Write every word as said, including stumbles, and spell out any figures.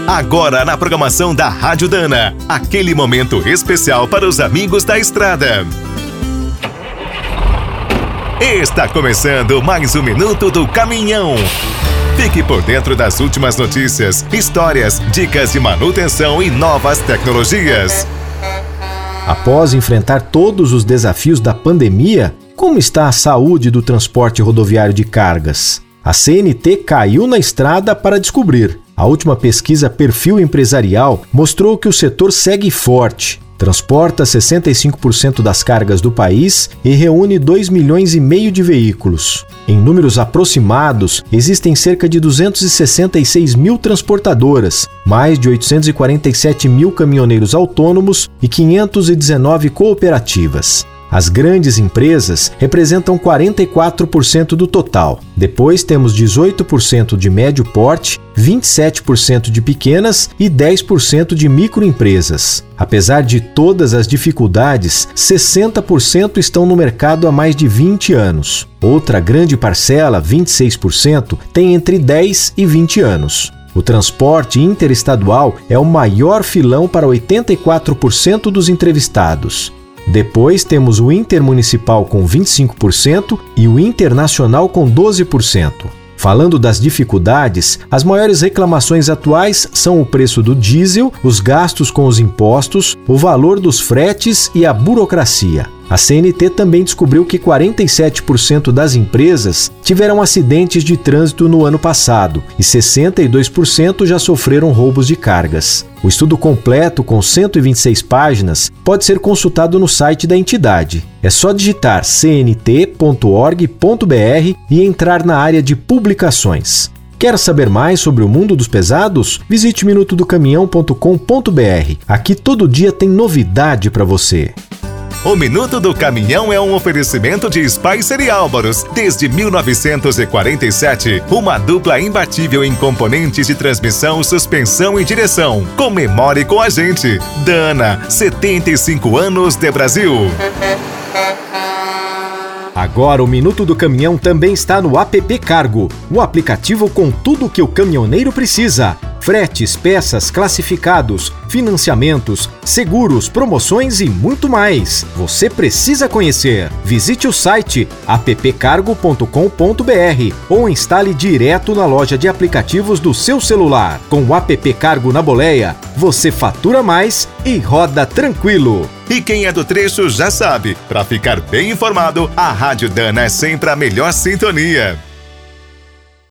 Agora na programação da Rádio Dana, aquele momento especial para os amigos da estrada. Está começando mais um Minuto do Caminhão. Fique por dentro das últimas notícias, histórias, dicas de manutenção e novas tecnologias. Após enfrentar todos os desafios da pandemia, como está a saúde do transporte rodoviário de cargas? A C N T caiu na estrada para descobrir. A última pesquisa Perfil Empresarial mostrou que o setor segue forte. Transporta sessenta e cinco por cento das cargas do país e reúne dois milhões e meio de veículos. Em números aproximados, existem cerca de duzentos e sessenta e seis mil transportadoras, mais de oitocentos e quarenta e sete mil caminhoneiros autônomos e quinhentas e dezenove cooperativas. As grandes empresas representam quarenta e quatro por cento do total. Depois temos dezoito por cento de médio porte, vinte e sete por cento de pequenas e dez por cento de microempresas. Apesar de todas as dificuldades, sessenta por cento estão no mercado há mais de vinte anos. Outra grande parcela, vinte e seis por cento, tem entre dez e vinte anos. O transporte interestadual é o maior filão para oitenta e quatro por cento dos entrevistados. Depois temos o intermunicipal com vinte e cinco por cento e o internacional com doze por cento. Falando das dificuldades, as maiores reclamações atuais são o preço do diesel, os gastos com os impostos, o valor dos fretes e a burocracia. A C N T também descobriu que quarenta e sete por cento das empresas tiveram acidentes de trânsito no ano passado e sessenta e dois por cento já sofreram roubos de cargas. O estudo completo, com cento e vinte e seis páginas, pode ser consultado no site da entidade. É só digitar c n t ponto org ponto b r e entrar na área de publicações. Quer saber mais sobre o mundo dos pesados? Visite minuto do caminhão ponto com ponto b r. Aqui todo dia tem novidade para você. O Minuto do Caminhão é um oferecimento de Spicer e Álvaros. Desde mil novecentos e quarenta e sete, uma dupla imbatível em componentes de transmissão, suspensão e direção. Comemore com a gente. Dana, setenta e cinco anos de Brasil. Agora o Minuto do Caminhão também está no app Cargo, o aplicativo com tudo o que o caminhoneiro precisa. Fretes, peças, classificados, financiamentos, seguros, promoções e muito mais. Você precisa conhecer. Visite o site app cargo ponto com ponto b r ou instale direto na loja de aplicativos do seu celular. Com o app Cargo na boleia, você fatura mais e roda tranquilo. E quem é do trecho já sabe, para ficar bem informado, a Rádio Dana é sempre a melhor sintonia.